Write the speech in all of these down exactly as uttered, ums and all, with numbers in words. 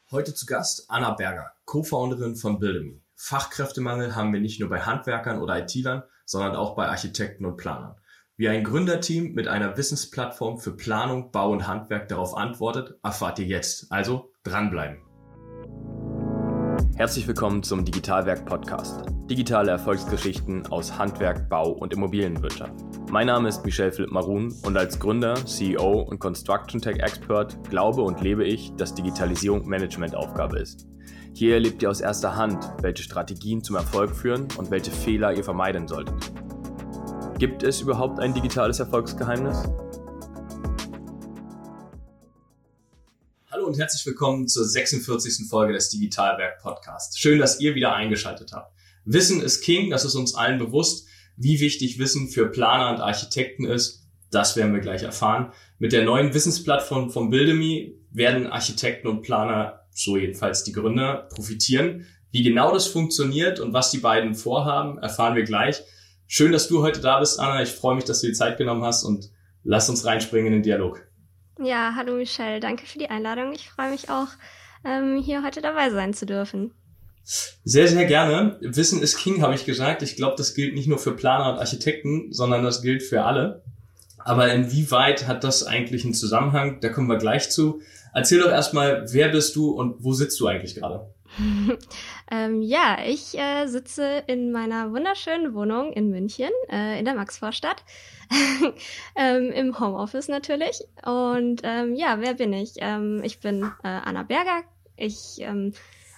Heute zu Gast Anna Berger, Co-Founderin von Buildemy. Fachkräftemangel haben wir nicht nur bei Handwerkern oder I T-Lern, sondern auch bei Architekten und Planern. Wie ein Gründerteam mit einer Wissensplattform für Planung, Bau und Handwerk darauf antwortet, erfahrt ihr jetzt. Also dranbleiben. Herzlich willkommen zum Digitalwerk-Podcast. Digitale Erfolgsgeschichten aus Handwerk, Bau und Immobilienwirtschaft. Mein Name ist Michel Philipp Marun und als Gründer, C E O und Construction Tech Expert glaube und lebe ich, dass Digitalisierung Managementaufgabe ist. Hier erlebt ihr aus erster Hand, welche Strategien zum Erfolg führen und welche Fehler ihr vermeiden solltet. Gibt es überhaupt ein digitales Erfolgsgeheimnis? Hallo und herzlich willkommen zur sechsundvierzigsten Folge des Digitalwerk-Podcasts. Schön, dass ihr wieder eingeschaltet habt. Wissen ist King, das ist uns allen bewusst. Wie wichtig Wissen für Planer und Architekten ist, das werden wir gleich erfahren. Mit der neuen Wissensplattform von Buildemy werden Architekten und Planer, so jedenfalls die Gründer, profitieren. Wie genau das funktioniert und was die beiden vorhaben, erfahren wir gleich. Schön, dass du heute da bist, Anna. Ich freue mich, dass du die Zeit genommen hast und lass uns reinspringen in den Dialog. Ja, hallo Michel, danke für die Einladung. Ich freue mich auch, ähm, hier heute dabei sein zu dürfen. Sehr, sehr gerne. Wissen ist King, habe ich gesagt. Ich glaube, das gilt nicht nur für Planer und Architekten, sondern das gilt für alle. Aber inwieweit hat das eigentlich einen Zusammenhang? Da kommen wir gleich zu. Erzähl doch erstmal, wer bist du und wo sitzt du eigentlich gerade? ähm, ja, ich äh, sitze in meiner wunderschönen Wohnung in München, äh, in der Maxvorstadt, ähm, im Homeoffice natürlich. Und ähm, ja, wer bin ich? Ähm, ich bin äh, Anna Berger. Ich ähm,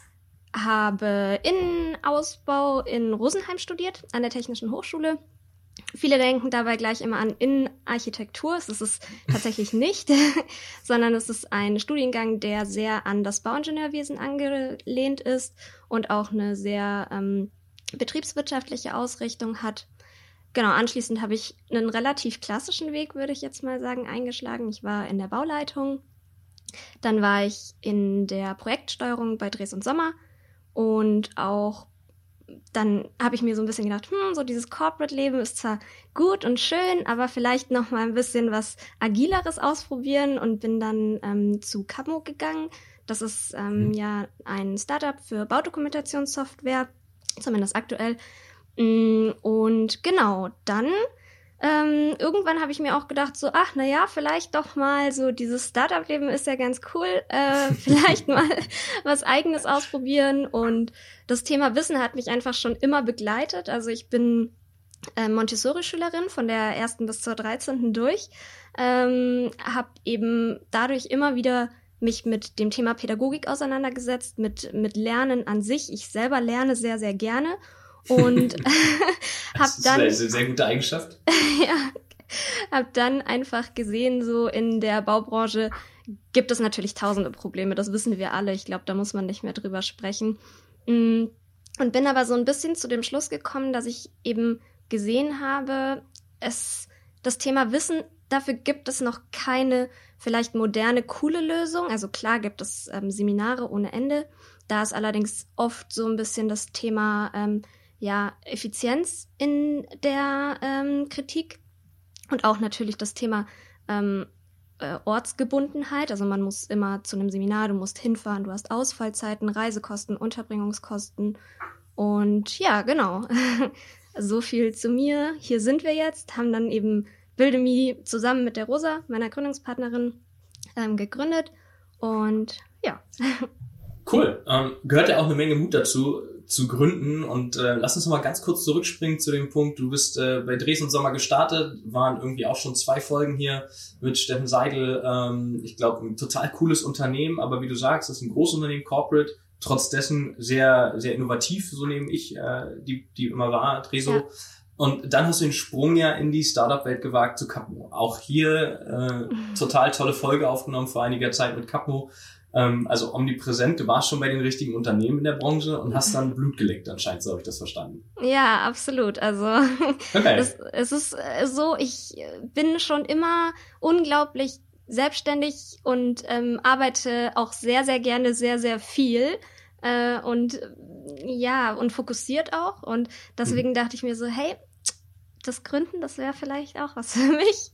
habe Innenausbau in Rosenheim studiert, an der Technischen Hochschule. Viele denken dabei gleich immer an Innenarchitektur. Es ist es tatsächlich nicht, sondern es ist ein Studiengang, der sehr an das Bauingenieurwesen angelehnt ist und auch eine sehr ähm, betriebswirtschaftliche Ausrichtung hat. Genau, anschließend habe ich einen relativ klassischen Weg, würde ich jetzt mal sagen, eingeschlagen. Ich war in der Bauleitung, dann war ich in der Projektsteuerung bei Dres und Sommer und auch dann habe ich mir so ein bisschen gedacht, hm, so dieses Corporate-Leben ist zwar gut und schön, aber vielleicht noch mal ein bisschen was Agileres ausprobieren und bin dann ähm, zu Capmo gegangen. Das ist ähm, mhm. ja ein Startup für Baudokumentationssoftware, zumindest aktuell. Und genau, dann ähm, irgendwann habe ich mir auch gedacht, so, ach, naja, vielleicht doch mal so dieses Startup-Leben ist ja ganz cool, äh, vielleicht mal was Eigenes ausprobieren. Und das Thema Wissen hat mich einfach schon immer begleitet. Also ich bin äh, Montessori-Schülerin von der ersten bis zur dreizehnten durch, ähm, habe eben dadurch immer wieder mich mit dem Thema Pädagogik auseinandergesetzt, mit, mit Lernen an sich. Ich selber lerne sehr, sehr gerne. Und habe dann... Das ist eine sehr gute Eigenschaft. ja, habe dann einfach gesehen, so in der Baubranche gibt es natürlich tausende Probleme, das wissen wir alle. Ich glaube, da muss man nicht mehr drüber sprechen. Und bin aber so ein bisschen zu dem Schluss gekommen, dass ich eben gesehen habe, es das Thema Wissen, dafür gibt es noch keine vielleicht moderne, coole Lösung. Also klar gibt es ähm, Seminare ohne Ende. Da ist allerdings oft so ein bisschen das Thema ähm, ja, Effizienz in der ähm, Kritik und auch natürlich das Thema ähm, äh, Ortsgebundenheit. Also man muss immer zu einem Seminar, du musst hinfahren, du hast Ausfallzeiten, Reisekosten, Unterbringungskosten und ja, genau. So viel zu mir. Hier sind wir jetzt, haben dann eben Buildemy zusammen mit der Rosa, meiner Gründungspartnerin, ähm, gegründet und ja. Cool. Ähm, gehört ja auch eine Menge Mut dazu, zu gründen. Und äh, lass uns noch mal ganz kurz zurückspringen zu dem Punkt. Du bist äh, bei Dres und Sommer gestartet, waren irgendwie auch schon zwei Folgen hier mit Steffen Seidel. Ähm, ich glaube, ein total cooles Unternehmen, aber wie du sagst, das ist ein Großunternehmen, Corporate, trotz dessen sehr, sehr innovativ, so nehme ich, äh, die, die immer war, Dreso. Ja. Und dann hast du den Sprung ja in die Startup-Welt gewagt zu Capmo. Auch hier äh, total tolle Folge aufgenommen vor einiger Zeit mit Capmo. Ähm, also omnipräsent, du warst schon bei den richtigen Unternehmen in der Branche und hast dann Blut geleckt anscheinend, so habe ich das verstanden. Ja, absolut. Also okay. es, es ist so, ich bin schon immer unglaublich selbstständig und ähm, arbeite auch sehr, sehr gerne sehr, sehr viel äh, und ja, und fokussiert auch. Und deswegen mhm. dachte ich mir so, hey, das Gründen, das wäre vielleicht auch was für mich.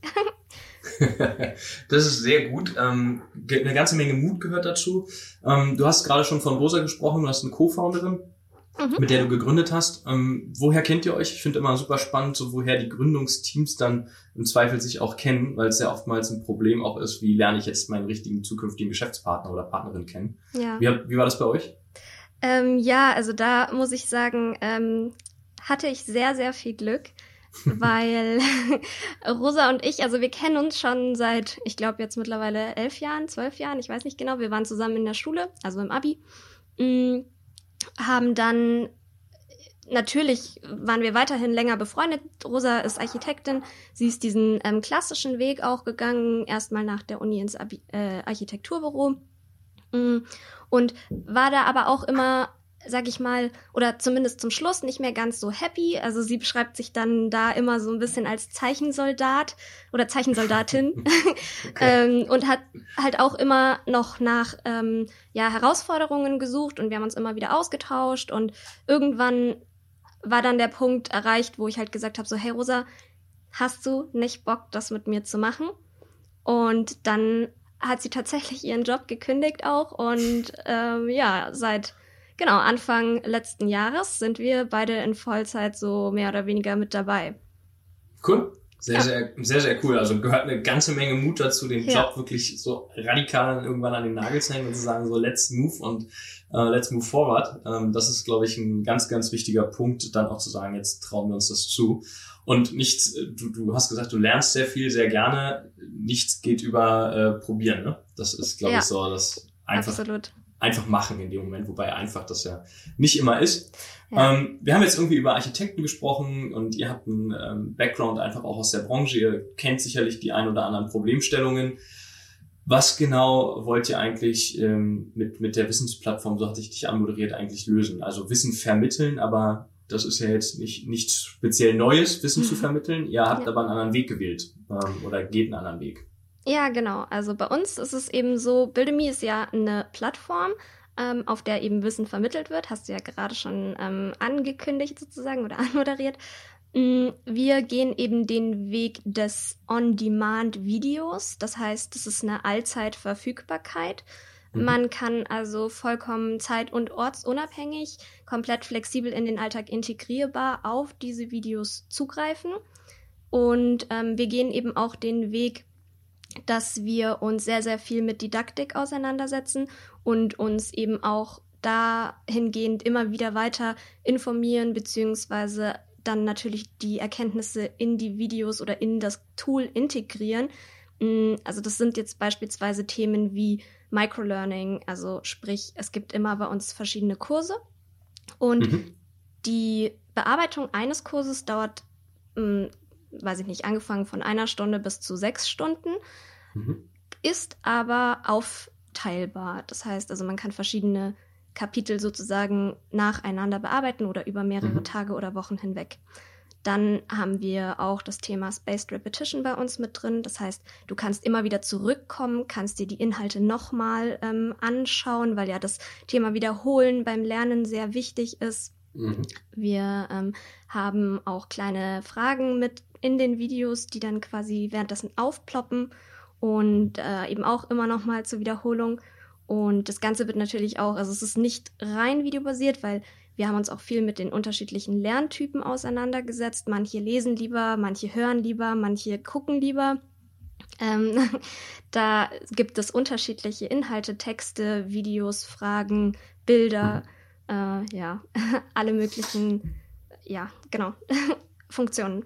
Das ist sehr gut. Ähm, eine ganze Menge Mut gehört dazu. Ähm, du hast gerade schon von Rosa gesprochen, du hast eine Co-Founderin, mhm. mit der du gegründet hast. Ähm, woher kennt ihr euch? Ich finde immer super spannend, so woher die Gründungsteams dann im Zweifel sich auch kennen, weil es ja oftmals ein Problem auch ist, wie lerne ich jetzt meinen richtigen zukünftigen Geschäftspartner oder Partnerin kennen. Ja. Wie, wie war das bei euch? Ähm, ja, also da muss ich sagen, ähm, hatte ich sehr, sehr viel Glück. Weil Rosa und ich, also wir kennen uns schon seit, ich glaube jetzt mittlerweile elf Jahren, zwölf Jahren, ich weiß nicht genau. Wir waren zusammen in der Schule, also im Abi, mh, haben dann, natürlich waren wir weiterhin länger befreundet. Rosa ist Architektin, sie ist diesen ähm, klassischen Weg auch gegangen, erstmal nach der Uni ins Abi, äh, Architekturbüro mh, und war da aber auch immer, sag ich mal, oder zumindest zum Schluss nicht mehr ganz so happy. Also sie beschreibt sich dann da immer so ein bisschen als Zeichensoldat oder Zeichensoldatin okay. ähm, und hat halt auch immer noch nach ähm, ja, Herausforderungen gesucht und wir haben uns immer wieder ausgetauscht und irgendwann war dann der Punkt erreicht, wo ich halt gesagt habe, so hey Rosa, hast du nicht Bock, das mit mir zu machen? Und dann hat sie tatsächlich ihren Job gekündigt auch und ähm, ja, seit Genau, Anfang letzten Jahres sind wir beide in Vollzeit so mehr oder weniger mit dabei. Cool. Sehr, ja. sehr, sehr, sehr cool. Also gehört eine ganze Menge Mut dazu, den ja. Job wirklich so radikal dann irgendwann an den Nagel zu hängen und zu sagen, so let's move und uh, let's move forward. Ähm, das ist, glaube ich, ein ganz, ganz wichtiger Punkt, dann auch zu sagen, jetzt trauen wir uns das zu. Und nichts, du, du hast gesagt, du lernst sehr viel, sehr gerne. Nichts geht über äh, probieren, ne? Das ist, glaube ja. ich, so das einfach. Absolut. Einfach machen in dem Moment, wobei einfach das ja nicht immer ist. Ja. Ähm, wir haben jetzt irgendwie über Architekten gesprochen und ihr habt einen ähm, Background einfach auch aus der Branche. Ihr kennt sicherlich die ein oder anderen Problemstellungen. Was genau wollt ihr eigentlich ähm, mit mit der Wissensplattform, so hatte ich dich anmoderiert, eigentlich lösen? Also Wissen vermitteln, aber das ist ja jetzt nicht nichts speziell Neues, Wissen mhm. zu vermitteln. Ihr habt ja. aber einen anderen Weg gewählt ähm, oder geht einen anderen Weg. Ja, genau. Also bei uns ist es eben so, Buildemy ist ja eine Plattform, ähm, auf der eben Wissen vermittelt wird. Hast du ja gerade schon ähm, angekündigt sozusagen oder anmoderiert. Wir gehen eben den Weg des On-Demand-Videos. Das heißt, es ist eine Allzeitverfügbarkeit. Mhm. Man kann also vollkommen zeit- und ortsunabhängig, komplett flexibel in den Alltag integrierbar auf diese Videos zugreifen. Und ähm, wir gehen eben auch den Weg, dass wir uns sehr, sehr viel mit Didaktik auseinandersetzen und uns eben auch dahingehend immer wieder weiter informieren, beziehungsweise dann natürlich die Erkenntnisse in die Videos oder in das Tool integrieren. Also das sind jetzt beispielsweise Themen wie Microlearning, also sprich, es gibt immer bei uns verschiedene Kurse und mhm. die Bearbeitung eines Kurses dauert mh, weiß ich nicht, angefangen von einer Stunde bis zu sechs Stunden, mhm. ist aber aufteilbar. Das heißt, also man kann verschiedene Kapitel sozusagen nacheinander bearbeiten oder über mehrere mhm. Tage oder Wochen hinweg. Dann haben wir auch das Thema Spaced Repetition bei uns mit drin. Das heißt, du kannst immer wieder zurückkommen, kannst dir die Inhalte nochmal ähm, anschauen, weil ja das Thema Wiederholen beim Lernen sehr wichtig ist. Mhm. Wir ähm, haben auch kleine Fragen mit in den Videos, die dann quasi währenddessen aufploppen und äh, eben auch immer noch mal zur Wiederholung. Und das Ganze wird natürlich auch, also es ist nicht rein videobasiert, weil wir haben uns auch viel mit den unterschiedlichen Lerntypen auseinandergesetzt. Manche lesen lieber, manche hören lieber, manche gucken lieber. Ähm, da gibt es unterschiedliche Inhalte, Texte, Videos, Fragen, Bilder, äh, ja, alle möglichen, ja, genau, Funktionen.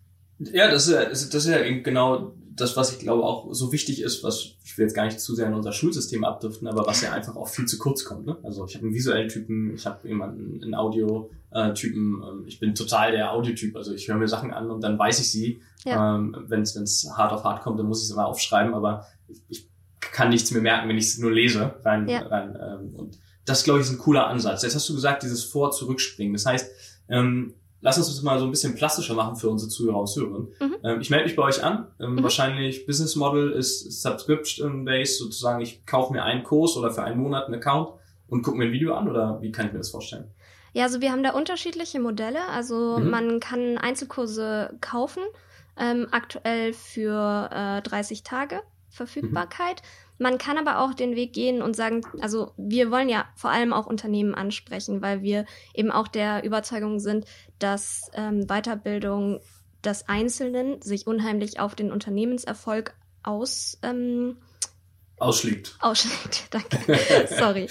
Ja, das ist ja, das ist ja eben genau das, was ich glaube auch so wichtig ist, was ich will jetzt gar nicht zu sehr in unser Schulsystem abdriften, aber was ja einfach auch viel zu kurz kommt. Ne? Also ich habe einen visuellen Typen, ich habe jemanden einen Audio-Typen, ich bin total der Audiotyp, also ich höre mir Sachen an und dann weiß ich sie. Ja. Ähm, wenn es hart auf hart kommt, dann muss ich es immer aufschreiben, aber ich, ich kann nichts mehr merken, wenn ich es nur lese. Rein, ja. rein, ähm, und das, glaube ich, ist ein cooler Ansatz. Jetzt hast du gesagt, dieses Vor-Zurückspringen. Das heißt, ähm, lass uns das mal so ein bisschen plastischer machen für unsere Zuhörer und Zuhörerinnen. Mhm. Ähm, ich melde mich bei euch an. Ähm, mhm. Wahrscheinlich Business Model ist Subscription-based, sozusagen ich kaufe mir einen Kurs oder für einen Monat einen Account und gucke mir ein Video an, oder wie kann ich mir das vorstellen? Ja, also wir haben da unterschiedliche Modelle. Also Mhm. man kann Einzelkurse kaufen, ähm, aktuell für äh, dreißig Tage Verfügbarkeit. Mhm. Man kann aber auch den Weg gehen und sagen, also wir wollen ja vor allem auch Unternehmen ansprechen, weil wir eben auch der Überzeugung sind, dass ähm, Weiterbildung des Einzelnen sich unheimlich auf den Unternehmenserfolg aus... Ähm, Ausschlägt. Ausschlägt, danke. Sorry.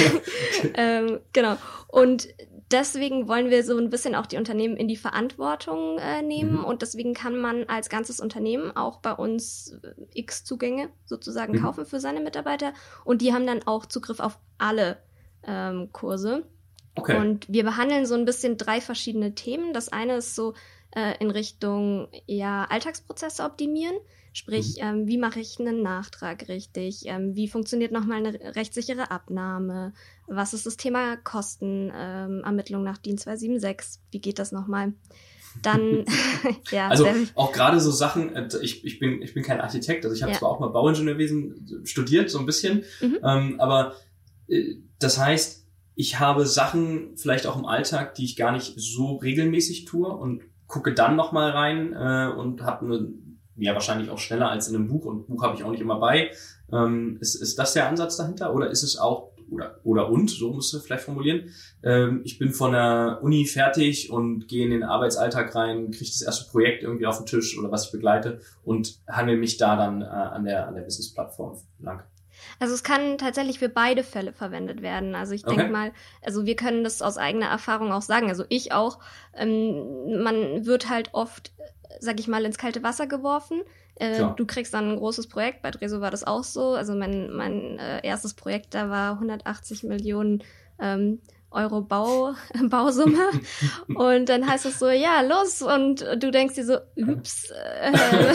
ähm, genau. Und deswegen wollen wir so ein bisschen auch die Unternehmen in die Verantwortung äh, nehmen. Mhm. Und deswegen kann man als ganzes Unternehmen auch bei uns äh, x Zugänge sozusagen mhm. kaufen für seine Mitarbeiter. Und die haben dann auch Zugriff auf alle ähm, Kurse. Okay. Und wir behandeln so ein bisschen drei verschiedene Themen. Das eine ist so äh, in Richtung ja Alltagsprozesse optimieren. Sprich, mhm. ähm, wie mache ich einen Nachtrag richtig? Ähm, wie funktioniert nochmal eine rechtssichere Abnahme? Was ist das Thema Kostenermittlung ähm, nach D I N zwei sieben sechs? Wie geht das nochmal? Dann, ja. Also auch gerade so Sachen, ich, ich, bin, ich bin kein Architekt, also ich habe ja. zwar auch mal Bauingenieurwesen studiert, so ein bisschen, mhm. ähm, aber äh, das heißt, ich habe Sachen vielleicht auch im Alltag, die ich gar nicht so regelmäßig tue und gucke dann nochmal rein äh, und habe eine ja, wahrscheinlich auch schneller als in einem Buch und Buch habe ich auch nicht immer bei. Ähm, ist, ist das der Ansatz dahinter oder ist es auch, oder oder und, so musst du vielleicht formulieren, ähm, ich bin von der Uni fertig und gehe in den Arbeitsalltag rein, kriege das erste Projekt irgendwie auf den Tisch oder was ich begleite und hangel mich da dann äh, an der an der Business-Plattform lang? Also es kann tatsächlich für beide Fälle verwendet werden. Also ich okay. denke mal, also wir können das aus eigener Erfahrung auch sagen, also ich auch, ähm, man wird halt oft, sag ich mal, ins kalte Wasser geworfen. Äh, du kriegst dann ein großes Projekt, bei Dreso war das auch so. Also mein, mein äh, erstes Projekt, da war hundertachtzig Millionen ähm, Euro Bau, Bausumme. Und dann heißt es so, ja, los. Und du denkst dir so, ups, äh,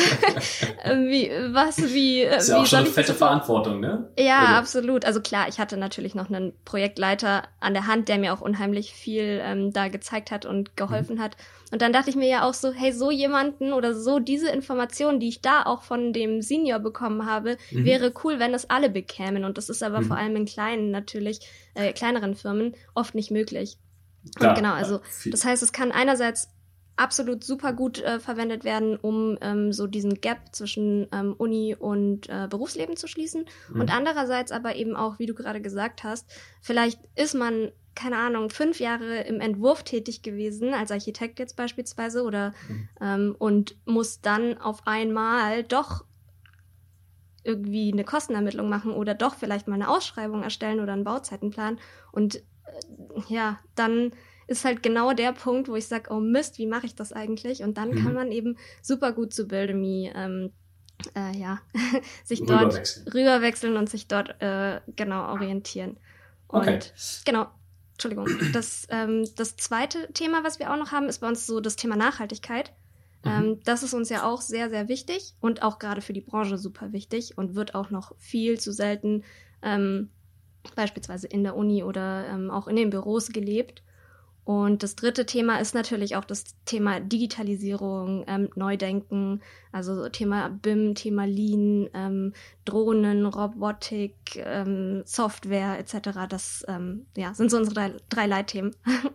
wie, was, wie, das ist ja wie auch schon eine fette Verantwortung, ne? Ja, also. Absolut. Also klar, ich hatte natürlich noch einen Projektleiter an der Hand, der mir auch unheimlich viel ähm, da gezeigt hat und geholfen mhm. hat. Und dann dachte ich mir ja auch so, hey, so jemanden oder so diese Informationen, die ich da auch von dem Senior bekommen habe, mhm. wäre cool, wenn es alle bekämen. Und das ist aber mhm. vor allem in kleinen natürlich, äh, kleineren Firmen oft nicht möglich. Klar, und genau, also ja, das heißt, es kann einerseits absolut super gut äh, verwendet werden, um ähm, so diesen Gap zwischen ähm, Uni und äh, Berufsleben zu schließen. Mhm. Und andererseits aber eben auch, wie du gerade gesagt hast, vielleicht ist man keine Ahnung, fünf Jahre im Entwurf tätig gewesen, als Architekt jetzt beispielsweise, oder mhm. ähm, und muss dann auf einmal doch irgendwie eine Kostenermittlung machen oder doch vielleicht mal eine Ausschreibung erstellen oder einen Bauzeitenplan. Und äh, ja, dann ist halt genau der Punkt, wo ich sage, oh Mist, wie mache ich das eigentlich? Und dann mhm. kann man eben super gut zu Build.me ähm, äh, ja, sich dort rüberwechseln. rüberwechseln und sich dort äh, genau orientieren. Und okay. genau, Entschuldigung, das, ähm, das zweite Thema, was wir auch noch haben, ist bei uns so das Thema Nachhaltigkeit. Mhm. Ähm, das ist uns ja auch sehr, sehr wichtig und auch gerade für die Branche super wichtig und wird auch noch viel zu selten ähm, beispielsweise in der Uni oder ähm, auch in den Büros gelebt. Und das dritte Thema ist natürlich auch das Thema Digitalisierung, ähm, Neudenken, also Thema B I M, Thema Lean, ähm, Drohnen, Robotik, ähm, Software et cetera. Das ähm, ja, sind so unsere drei, drei Leitthemen.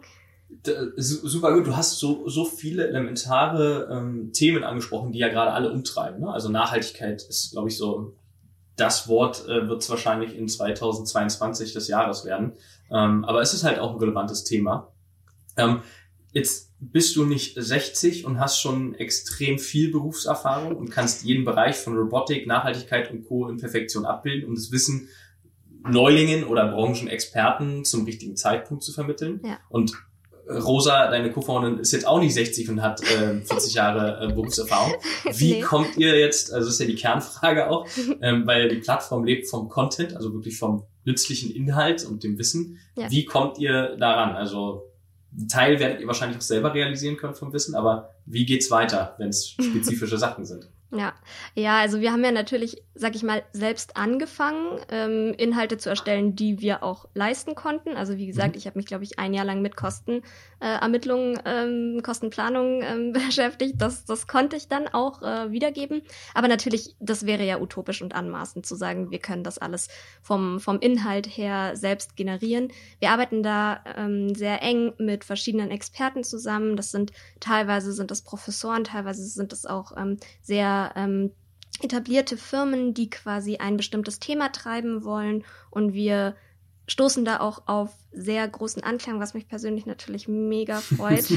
Super gut, du hast so so viele elementare ähm, Themen angesprochen, die ja gerade alle umtreiben. Ne? Also Nachhaltigkeit ist, glaube ich, so das Wort äh, wird es wahrscheinlich in zweitausendzweiundzwanzig des Jahres werden. Ähm, aber es ist halt auch ein relevantes Thema. Ähm, jetzt bist du nicht sechzig und hast schon extrem viel Berufserfahrung und kannst jeden Bereich von Robotik, Nachhaltigkeit und Co. in Perfektion abbilden, um das Wissen Neulingen oder Branchenexperten zum richtigen Zeitpunkt zu vermitteln. Ja. Und Rosa, deine Co-Founderin, ist jetzt auch nicht sechzig und hat äh, vierzig Jahre äh, Berufserfahrung. Wie nee. kommt ihr jetzt, also das ist ja die Kernfrage auch, ähm, weil die Plattform lebt vom Content, also wirklich vom nützlichen Inhalt und dem Wissen. Ja. Wie kommt ihr daran? Also einen Teil werdet ihr wahrscheinlich auch selber realisieren können vom Wissen, aber wie geht's weiter, wenn es spezifische Sachen sind? Ja, ja, also wir haben ja natürlich, sag ich mal, selbst angefangen, ähm, Inhalte zu erstellen, die wir auch leisten konnten. Also wie gesagt, mhm. ich habe mich, glaube ich, ein Jahr lang mit Kostenermittlungen, äh, ähm, Kostenplanung ähm, beschäftigt. Das, das konnte ich dann auch äh, wiedergeben. Aber natürlich, das wäre ja utopisch und anmaßend zu sagen, wir können das alles vom, vom Inhalt her selbst generieren. Wir arbeiten da ähm, sehr eng mit verschiedenen Experten zusammen. Das sind teilweise sind das Professoren, teilweise sind das auch ähm, sehr Ähm, etablierte Firmen, die quasi ein bestimmtes Thema treiben wollen, und wir stoßen da auch auf sehr großen Anklang, was mich persönlich natürlich mega freut,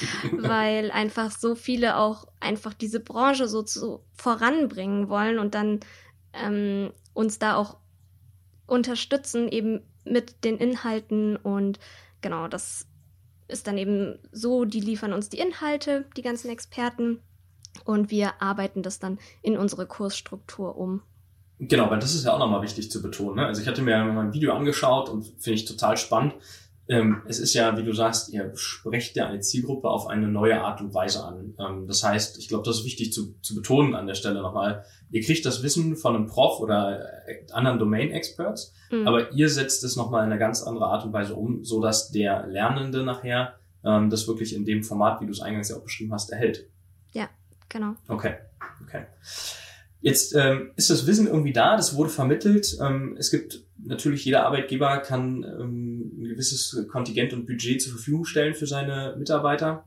weil einfach so viele auch einfach diese Branche so zu, voranbringen wollen und dann ähm, uns da auch unterstützen eben mit den Inhalten, und genau, das ist dann eben so, die liefern uns die Inhalte, die ganzen Experten, und wir arbeiten das dann in unsere Kursstruktur um. Genau, weil das ist ja auch nochmal wichtig zu betonen. Ne? Also ich hatte mir mal ein Video angeschaut und finde ich total spannend. Ähm, es ist ja, wie du sagst, ihr sprecht ja eine Zielgruppe auf eine neue Art und Weise an. Ähm, das heißt, ich glaube, das ist wichtig zu, zu betonen an der Stelle nochmal. Ihr kriegt das Wissen von einem Prof oder anderen Domain-Experts, mhm. aber ihr setzt es nochmal in eine ganz andere Art und Weise um, so dass der Lernende nachher ähm, das wirklich in dem Format, wie du es eingangs ja auch beschrieben hast, erhält. Ja. Genau. Okay, okay. Jetzt ähm, ist das Wissen irgendwie da, das wurde vermittelt. Ähm, es gibt natürlich, jeder Arbeitgeber kann ähm, ein gewisses Kontingent und Budget zur Verfügung stellen für seine Mitarbeiter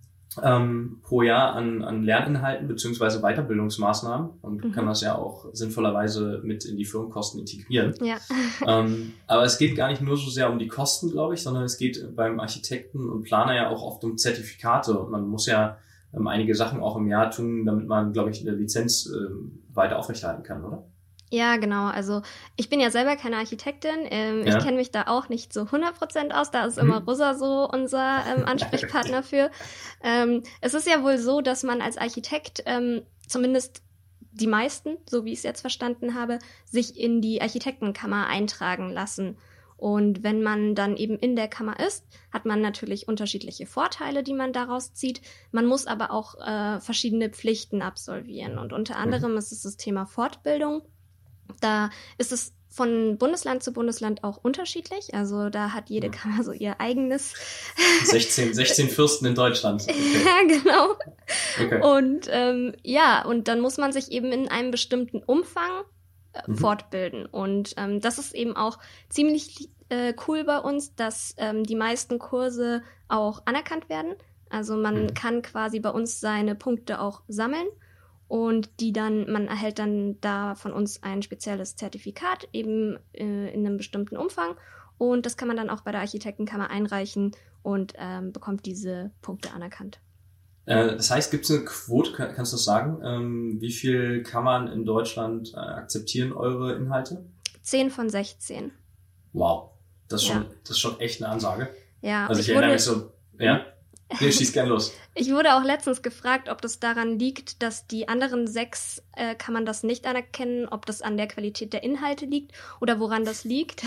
ähm, pro Jahr an, an Lerninhalten beziehungsweise Weiterbildungsmaßnahmen und mhm. kann das ja auch sinnvollerweise mit in die Firmenkosten integrieren. Ja. ähm, aber es geht gar nicht nur so sehr um die Kosten, glaube ich, sondern es geht beim Architekten und Planer ja auch oft um Zertifikate, und man muss ja ähm, einige Sachen auch im Jahr tun, damit man, glaube ich, eine Lizenz ähm, weiter aufrechterhalten kann, oder? Ja, genau. Also ich bin ja selber keine Architektin. Ähm, ja. Ich kenne mich da auch nicht so hundert Prozent aus. Da ist immer Rosa so unser ähm, Ansprechpartner für. Ähm, es ist ja wohl so, dass man als Architekt, ähm, zumindest die meisten, so wie ich es jetzt verstanden habe, sich in die Architektenkammer eintragen lassen. Und wenn man dann eben in der Kammer ist, hat man natürlich unterschiedliche Vorteile, die man daraus zieht. Man muss aber auch äh, verschiedene Pflichten absolvieren. Und unter anderem mhm. ist es das Thema Fortbildung. Da ist es von Bundesland zu Bundesland auch unterschiedlich. Also da hat jede Kammer so ihr eigenes. sechzehn, sechzehn Fürsten in Deutschland. Okay. Ja, genau. Okay. Und ähm, ja, und dann muss man sich eben in einem bestimmten Umfang Mhm. fortbilden. Und ähm, das ist eben auch ziemlich äh, cool bei uns, dass ähm, die meisten Kurse auch anerkannt werden. Also man mhm. kann quasi bei uns seine Punkte auch sammeln und die dann, man erhält dann da von uns ein spezielles Zertifikat eben äh, in einem bestimmten Umfang, und das kann man dann auch bei der Architektenkammer einreichen und ähm, bekommt diese Punkte anerkannt. Das heißt, gibt es eine Quote, kannst du das sagen? Ähm, wie viel Kammern in Deutschland äh, akzeptieren eure Inhalte? zehn von sechzehn. Wow, das ist, ja. schon, das ist schon echt eine Ansage. Ja, also ich, ich erinnere wurde, mich so, ja? Nee, schieß gern los. Ich wurde auch letztens gefragt, ob das daran liegt, dass die anderen sechs äh, Kammern das nicht anerkennen, ob das an der Qualität der Inhalte liegt oder woran das liegt.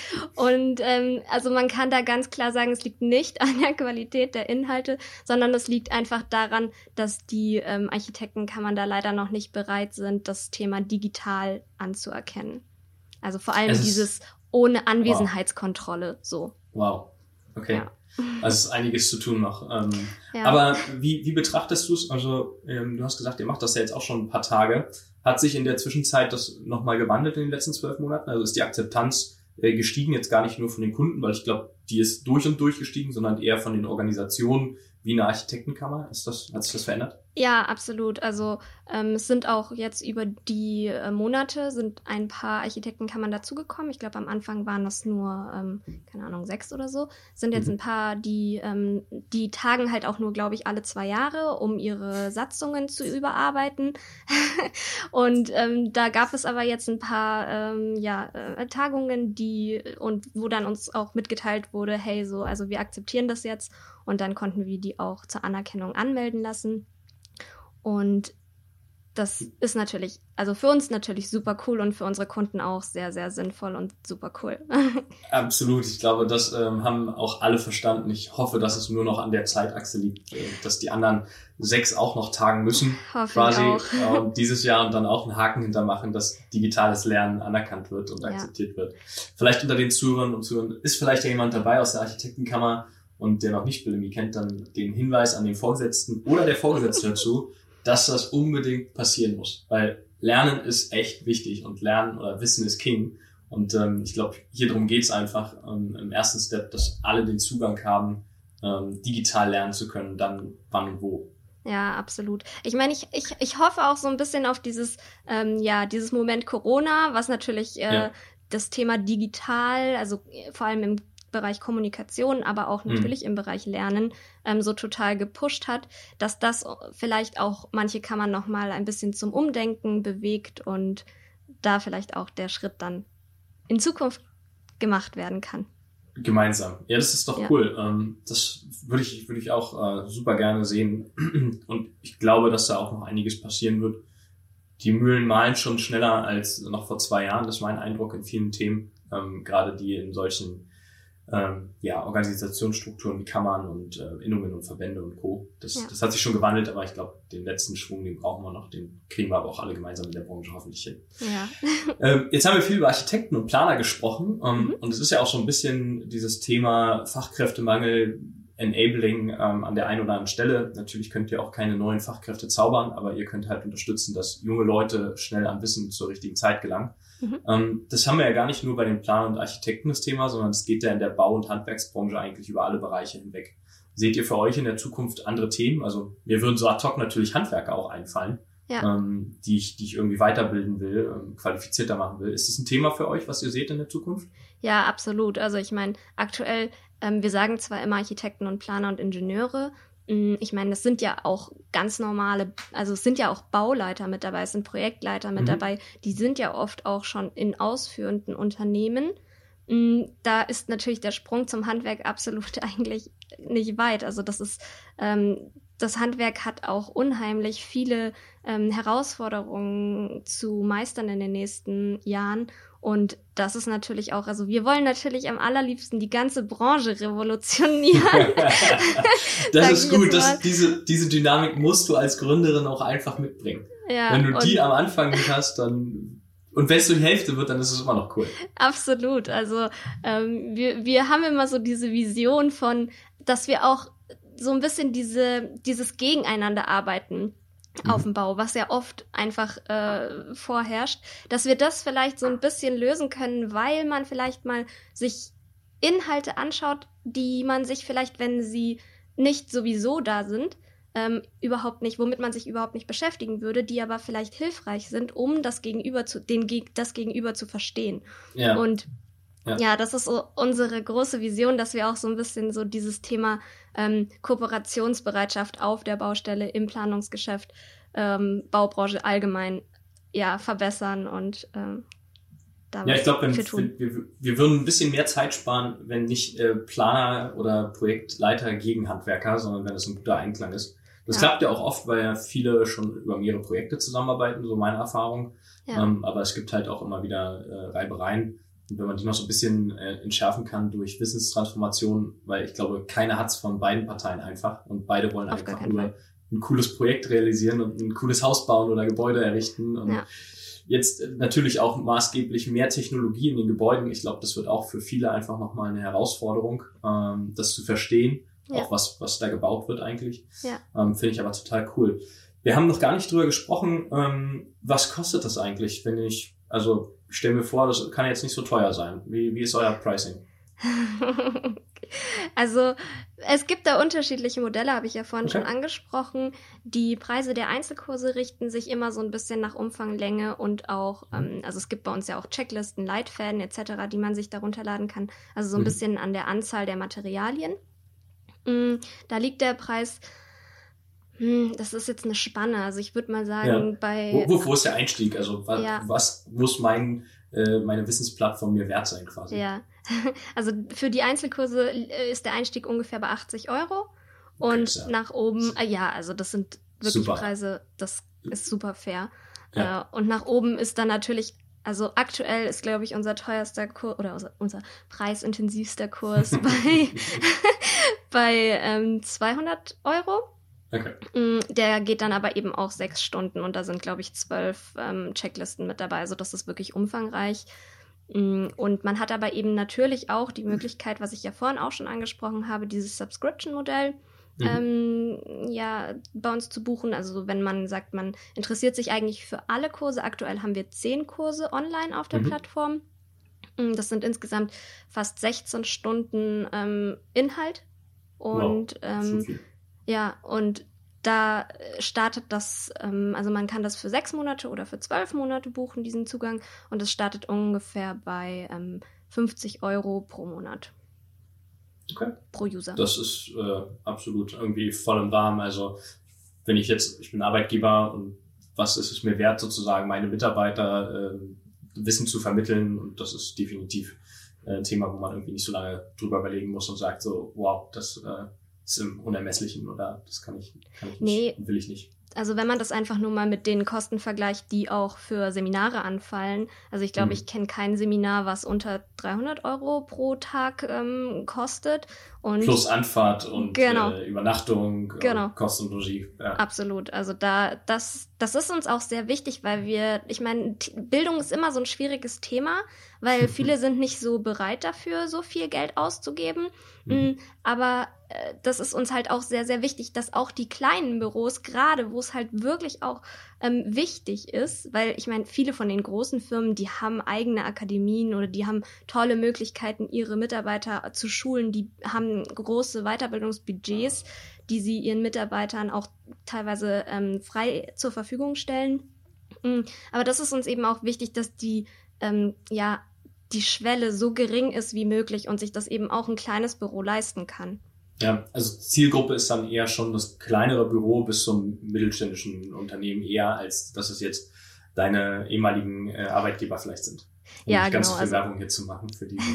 Und ähm, also man kann da ganz klar sagen, es liegt nicht an der Qualität der Inhalte, sondern es liegt einfach daran, dass die ähm, Architektenkammern da leider noch nicht bereit sind, das Thema digital anzuerkennen. Also vor allem dieses ohne Anwesenheitskontrolle. Wow. so. Wow, okay. Ja. Also es ist einiges zu tun noch. Ähm, ja. Aber wie, wie betrachtest du es? Also ähm, du hast gesagt, ihr macht das ja jetzt auch schon ein paar Tage. Hat sich in der Zwischenzeit das nochmal gewandelt in den letzten zwölf Monaten? Also ist die Akzeptanz äh, gestiegen, jetzt gar nicht nur von den Kunden, weil ich glaube, die ist durch und durch gestiegen, sondern eher von den Organisationen wie eine Architektenkammer. Ist das, hat sich das verändert? Ja, absolut. Also ähm, es sind auch jetzt über die äh, Monate sind ein paar Architektenkammern dazugekommen. Ich glaube, am Anfang waren das nur, ähm, keine Ahnung, sechs oder so. Sind jetzt mhm. ein paar, die ähm, die tagen halt auch nur, glaube ich, alle zwei Jahre, um ihre Satzungen zu überarbeiten. Und ähm, da gab es aber jetzt ein paar ähm, ja, äh, Tagungen, die und wo dann uns auch mitgeteilt wurde, hey, so, also wir akzeptieren das jetzt. Und dann konnten wir die auch zur Anerkennung anmelden lassen. Und das ist natürlich, also für uns natürlich super cool und für unsere Kunden auch sehr, sehr sinnvoll und super cool. Absolut. Ich glaube, das ähm, haben auch alle verstanden. Ich hoffe, dass es nur noch an der Zeitachse liegt, äh, dass die anderen sechs auch noch tagen müssen. Hoffe quasi ich auch. äh, dieses Jahr und dann auch einen Haken hintermachen, dass digitales Lernen anerkannt wird und Ja. akzeptiert wird. Vielleicht unter den Zuhörern und Zuhörern ist vielleicht ja jemand dabei aus der Architektenkammer und der noch nicht Bulimie kennt, dann den Hinweis an den Vorgesetzten oder der Vorgesetzte dazu, dass das unbedingt passieren muss. Weil Lernen ist echt wichtig und Lernen oder Wissen ist King. Und ähm, ich glaube, hier drum geht's einfach ähm, im ersten Step, dass alle den Zugang haben, ähm, digital lernen zu können, dann wann und wo. Ja, absolut. Ich meine, ich, ich, ich hoffe auch so ein bisschen auf dieses, ähm, ja, dieses Moment Corona, was natürlich äh, Ja. das Thema digital, also äh, vor allem im Bereich Kommunikation, aber auch Mhm. natürlich im Bereich Lernen ähm, so total gepusht hat, dass das vielleicht auch manche Kammern nochmal ein bisschen zum Umdenken bewegt und da vielleicht auch der Schritt dann in Zukunft gemacht werden kann. Gemeinsam. Ja, das ist doch Ja. cool. Ähm, das würde ich, würde ich auch äh, super gerne sehen. Und ich glaube, dass da auch noch einiges passieren wird. Die Mühlen mahlen schon schneller als noch vor zwei Jahren. Das ist mein Eindruck in vielen Themen. Ähm, gerade die in solchen ähm, ja, Organisationsstrukturen wie Kammern und äh, Innungen und Verbände und Co. Das, Ja. das hat sich schon gewandelt, aber ich glaube, den letzten Schwung, den brauchen wir noch. Den kriegen wir aber auch alle gemeinsam in der Branche hoffentlich hin. Ja. Ähm, jetzt haben wir viel über Architekten und Planer gesprochen ähm, Mhm. und es ist ja auch so ein bisschen dieses Thema Fachkräftemangel, Enabling ähm, an der einen oder anderen Stelle. Natürlich könnt ihr auch keine neuen Fachkräfte zaubern, aber ihr könnt halt unterstützen, dass junge Leute schnell an Wissen zur richtigen Zeit gelangen. Mhm. Ähm, das haben wir ja gar nicht nur bei den Planern und Architekten das Thema, sondern es geht ja in der Bau- und Handwerksbranche eigentlich über alle Bereiche hinweg. Seht ihr für euch in der Zukunft andere Themen? Also mir würden so ad hoc natürlich Handwerker auch einfallen, Ja. ähm, die ich, die ich irgendwie weiterbilden will, ähm, qualifizierter machen will. Ist das ein Thema für euch, was ihr seht in der Zukunft? Ja, absolut. Also ich meine, aktuell, ähm, wir sagen zwar immer Architekten und Planer und Ingenieure, mh, ich meine, das sind ja auch ganz normale, also es sind ja auch Bauleiter mit dabei, es sind Projektleiter mit Mhm. dabei, die sind ja oft auch schon in ausführenden Unternehmen. Mh, Da ist natürlich der Sprung zum Handwerk absolut eigentlich nicht weit. Also das ist, ähm, das Handwerk hat auch unheimlich viele ähm, Herausforderungen zu meistern in den nächsten Jahren. Und das ist natürlich auch, also wir wollen natürlich am allerliebsten die ganze Branche revolutionieren. Das Sag ist ich gut, jetzt das, mal. diese, diese Dynamik musst du als Gründerin auch einfach mitbringen. Ja, Wenn du die und am Anfang nicht hast, dann, und wenn es nur die Hälfte wird, dann ist es immer noch cool. absolut. Also ähm, wir, wir haben immer so diese Vision von, dass wir auch so ein bisschen diese, dieses Gegeneinander arbeiten Mhm. auf dem Bau, was ja oft einfach äh, vorherrscht, dass wir das vielleicht so ein bisschen lösen können, weil man vielleicht mal sich Inhalte anschaut, die man sich vielleicht, wenn sie nicht sowieso da sind, ähm, überhaupt nicht, womit man sich überhaupt nicht beschäftigen würde, die aber vielleicht hilfreich sind, um das Gegenüber zu, den, Geg- das Gegenüber zu verstehen. Ja. Und Ja. ja. das ist so unsere große Vision, dass wir auch so ein bisschen so dieses Thema ähm, Kooperationsbereitschaft auf der Baustelle, im Planungsgeschäft, ähm, Baubranche allgemein, ja, verbessern und ähm, da Ja, was ich glaube, wenn, für tun. wenn, wir, wir würden ein bisschen mehr Zeit sparen, wenn nicht äh, Planer oder Projektleiter gegen Handwerker, sondern wenn es ein guter Einklang ist. Das Ja. klappt ja auch oft, weil ja viele schon über mehrere Projekte zusammenarbeiten, so meine Erfahrung. Ja. Ähm, aber es gibt halt auch immer wieder äh, Reibereien. Und wenn man die noch so ein bisschen äh, entschärfen kann durch Wissenstransformation, weil ich glaube, keiner hat's von beiden Parteien einfach und beide wollen Auf gar einfach keinen nur Fall. ein cooles Projekt realisieren und ein cooles Haus bauen oder Gebäude errichten. Und Ja. jetzt äh, natürlich auch maßgeblich mehr Technologie in den Gebäuden. Ich glaube, das wird auch für viele einfach nochmal eine Herausforderung, ähm, das zu verstehen, Ja. auch was was da gebaut wird eigentlich. Ja. Ähm, Finde ich aber total cool. Wir haben noch gar nicht drüber gesprochen, ähm, was kostet das eigentlich, wenn ich, also ich stelle mir vor, das kann jetzt nicht so teuer sein. Wie, wie ist euer Pricing? Also es gibt da unterschiedliche Modelle, habe ich ja vorhin Okay. schon angesprochen. Die Preise der Einzelkurse richten sich immer so ein bisschen nach Umfang, Länge und auch, ähm, also es gibt bei uns ja auch Checklisten, Leitfäden et cetera, die man sich da runterladen kann. Also so ein Mhm. bisschen an der Anzahl der Materialien. Mm, Da liegt der Preis, hm, das ist jetzt eine Spanne. Also ich würde mal sagen, Ja. bei... Wo, wo, wo ist der Einstieg? Also wa, Ja. was muss mein, äh, meine Wissensplattform mir wert sein quasi? Ja, also für die Einzelkurse äh, ist der Einstieg ungefähr bei achtzig Euro Okay, und ist ja- nach oben, äh, ja, also das sind wirklich Super. Preise, das ist super fair. Ja. Äh, und nach oben ist dann natürlich, also aktuell ist, glaube ich, unser teuerster Kurs oder unser, unser preisintensivster Kurs bei, bei ähm, zweihundert Euro. Okay. Der geht dann aber eben auch sechs Stunden und da sind, glaube ich, zwölf ähm, Checklisten mit dabei. Also das ist wirklich umfangreich. Und man hat aber eben natürlich auch die Möglichkeit, was ich ja vorhin auch schon angesprochen habe, dieses Subscription-Modell mhm. ähm, ja, bei uns zu buchen. Also wenn man sagt, man interessiert sich eigentlich für alle Kurse. Aktuell haben wir zehn Kurse online auf der mhm. Plattform. Das sind insgesamt fast sechzehn Stunden ähm, Inhalt. Und wow, ähm, so ja, und da startet das, ähm, also man kann das für sechs Monate oder für zwölf Monate buchen, diesen Zugang. Und es startet ungefähr bei ähm, fünfzig Euro pro Monat. Okay. Pro User. Das ist äh, absolut irgendwie voll im Rahmen. Also wenn ich jetzt, ich bin Arbeitgeber und was ist es mir wert, sozusagen meine Mitarbeiter äh, Wissen zu vermitteln, und das ist definitiv äh, ein Thema, wo man irgendwie nicht so lange drüber überlegen muss und sagt so, wow, das äh, ist im Unermesslichen oder das kann ich, kann ich nicht, nee. will ich nicht. Also wenn man das einfach nur mal mit den Kosten vergleicht, die auch für Seminare anfallen. Also ich glaube, mhm. ich kenne kein Seminar, was unter dreihundert Euro pro Tag ähm, kostet. Und plus Anfahrt und genau. äh, Übernachtung, genau. und Kosten und Logis. Ja. Absolut. Also da, das, das ist uns auch sehr wichtig, weil wir, ich meine, Bildung ist immer so ein schwieriges Thema, weil viele sind nicht so bereit dafür, so viel Geld auszugeben. Mhm. Aber äh, das ist uns halt auch sehr, sehr wichtig, dass auch die kleinen Büros, gerade wo es halt wirklich auch ähm, wichtig ist, weil ich meine, viele von den großen Firmen, die haben eigene Akademien oder die haben tolle Möglichkeiten, ihre Mitarbeiter zu schulen, die haben große Weiterbildungsbudgets, die sie ihren Mitarbeitern auch teilweise ähm, frei zur Verfügung stellen. Aber das ist uns eben auch wichtig, dass die ähm, ja die Schwelle so gering ist wie möglich und sich das eben auch ein kleines Büro leisten kann. Ja, also Zielgruppe ist dann eher schon das kleinere Büro bis zum mittelständischen Unternehmen eher, als dass es jetzt deine ehemaligen äh, Arbeitgeber vielleicht sind. Um ja, nicht ganz genau. so viel Also, Werbung hier zu machen für die.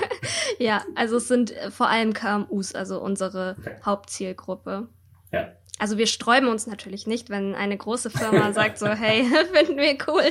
ja, also es sind vor allem K M Us, also unsere okay. Hauptzielgruppe. Ja. Also wir sträuben uns natürlich nicht, wenn eine große Firma sagt so, hey, finden wir cool.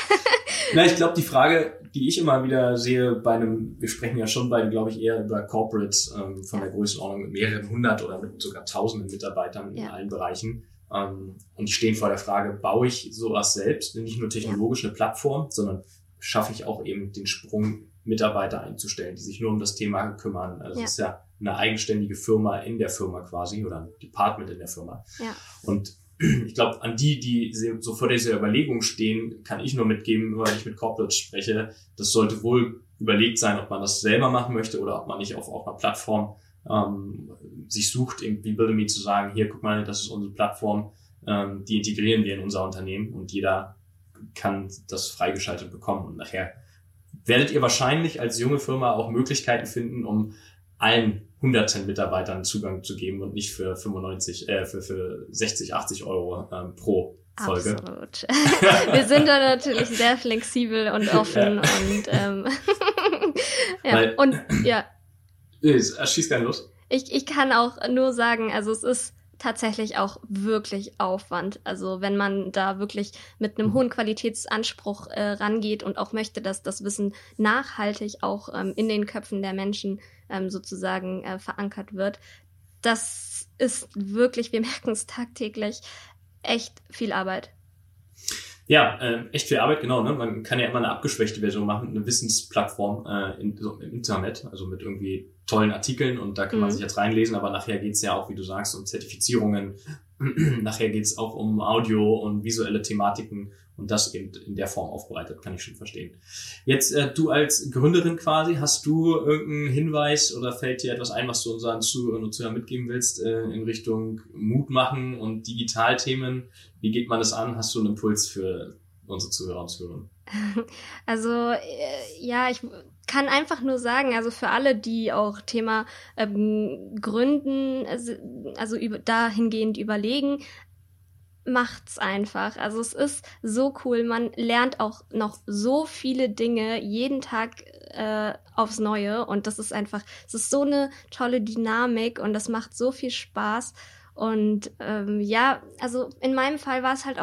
Na, ich glaube, die Frage, die ich immer wieder sehe bei einem, wir sprechen ja schon bei, glaube ich, eher über Corporates ähm, von der Größenordnung mit mehreren hundert oder mit sogar tausenden Mitarbeitern in ja. allen Bereichen. Ähm, und die stehen vor der Frage, baue ich sowas selbst, nicht nur technologisch eine Plattform, sondern schaffe ich auch eben den Sprung, Mitarbeiter einzustellen, die sich nur um das Thema kümmern. Also es ja. ist ja eine eigenständige Firma in der Firma quasi oder ein Department in der Firma. Ja. Und ich glaube, an die, die so vor dieser Überlegung stehen, kann ich nur mitgeben, weil ich mit Corporates spreche, das sollte wohl überlegt sein, ob man das selber machen möchte oder ob man nicht auf, auf einer Plattform ähm, sich sucht, irgendwie Build.me zu sagen, hier, guck mal, das ist unsere Plattform, ähm, die integrieren wir in unser Unternehmen und jeder kann das freigeschaltet bekommen. Und nachher werdet ihr wahrscheinlich als junge Firma auch Möglichkeiten finden, um allen hunderten Mitarbeitern Zugang zu geben und nicht für fünfundneunzig, äh, für, für sechzig, achtzig Euro ähm, pro Folge. Absolut. Wir sind da natürlich sehr flexibel und offen ja. und ähm, ja. Weil, und ja. Schieß gerne los. Ich, ich kann auch nur sagen, also es ist tatsächlich auch wirklich Aufwand. Also wenn man da wirklich mit einem hohen Qualitätsanspruch äh, rangeht und auch möchte, dass das Wissen nachhaltig auch ähm, in den Köpfen der Menschen ähm, sozusagen äh, verankert wird, das ist wirklich, wir merken es tagtäglich, echt viel Arbeit. Ja, äh, echt viel Arbeit, genau. Ne? Man kann ja immer eine abgeschwächte Version machen, eine Wissensplattform äh, in, so, im Internet, also mit irgendwie tollen Artikeln und da kann man mhm. sich jetzt reinlesen, aber nachher geht's ja auch, wie du sagst, um Zertifizierungen. Nachher geht's auch um Audio und visuelle Thematiken und das eben in der Form aufbereitet, kann ich schon verstehen. Jetzt, äh, du als Gründerin quasi, hast du irgendeinen Hinweis oder fällt dir etwas ein, was du unseren Zuhörern und Zuhörern mitgeben willst äh, in Richtung Mut machen und Digitalthemen? Wie geht man das an? Hast du einen Impuls für unsere Zuhörer und Zuhörerinnen? Also, äh, ja, ich kann einfach nur sagen, also für alle, die auch Thema ähm, Gründen, also, also über, dahingehend überlegen, macht's einfach. Also es ist so cool, man lernt auch noch so viele Dinge jeden Tag äh, aufs Neue und das ist einfach, es ist so eine tolle Dynamik und das macht so viel Spaß und ähm, ja, also in meinem Fall war es halt auch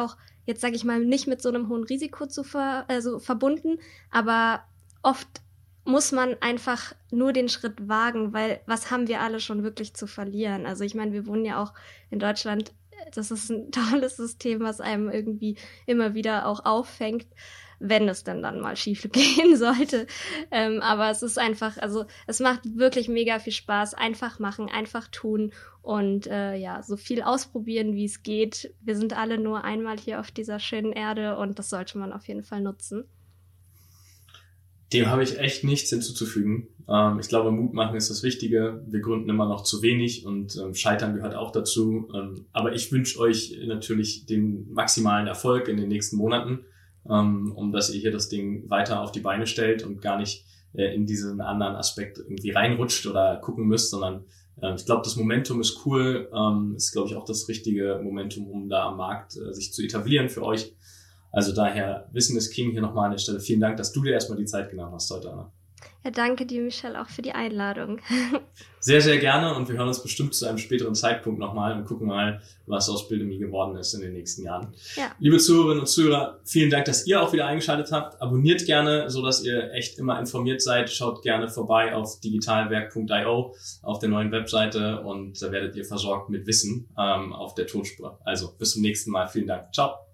jetzt sage ich mal nicht mit so einem hohen Risiko zu ver, also verbunden, aber oft muss man einfach nur den Schritt wagen, weil was haben wir alle schon wirklich zu verlieren? Also ich meine, wir wohnen ja auch in Deutschland, das ist ein tolles System, was einem irgendwie immer wieder auch auffängt, wenn es denn dann mal schief gehen sollte. Ähm, aber es ist einfach, also es macht wirklich mega viel Spaß. Einfach machen, einfach tun und äh, ja, so viel ausprobieren, wie es geht. Wir sind alle nur einmal hier auf dieser schönen Erde und das sollte man auf jeden Fall nutzen. Dem habe ich echt nichts hinzuzufügen. Ähm, ich glaube, Mut machen ist das Wichtige. Wir gründen immer noch zu wenig und ähm, Scheitern gehört auch dazu. Ähm, aber ich wünsche euch natürlich den maximalen Erfolg in den nächsten Monaten, ähm, um dass ihr hier das Ding weiter auf die Beine stellt und gar nicht äh, in diesen anderen Aspekt irgendwie reinrutscht oder gucken müsst, sondern äh, ich glaube, das Momentum ist cool. Ähm, ist, glaube ich, auch das richtige Momentum, um da am Markt äh, sich zu etablieren für euch. Also daher, Wissen ist King hier nochmal an der Stelle. Vielen Dank, dass du dir erstmal die Zeit genommen hast heute, Anna. Ja, danke dir, Michelle, auch für die Einladung. Sehr, sehr gerne und wir hören uns bestimmt zu einem späteren Zeitpunkt nochmal und gucken mal, was aus Build.me geworden ist in den nächsten Jahren. Ja. Liebe Zuhörerinnen und Zuhörer, vielen Dank, dass ihr auch wieder eingeschaltet habt. Abonniert gerne, so dass ihr echt immer informiert seid. Schaut gerne vorbei auf digitalwerk punkt io auf der neuen Webseite und da werdet ihr versorgt mit Wissen ähm, auf der Tonspur. Also bis zum nächsten Mal. Vielen Dank. Ciao.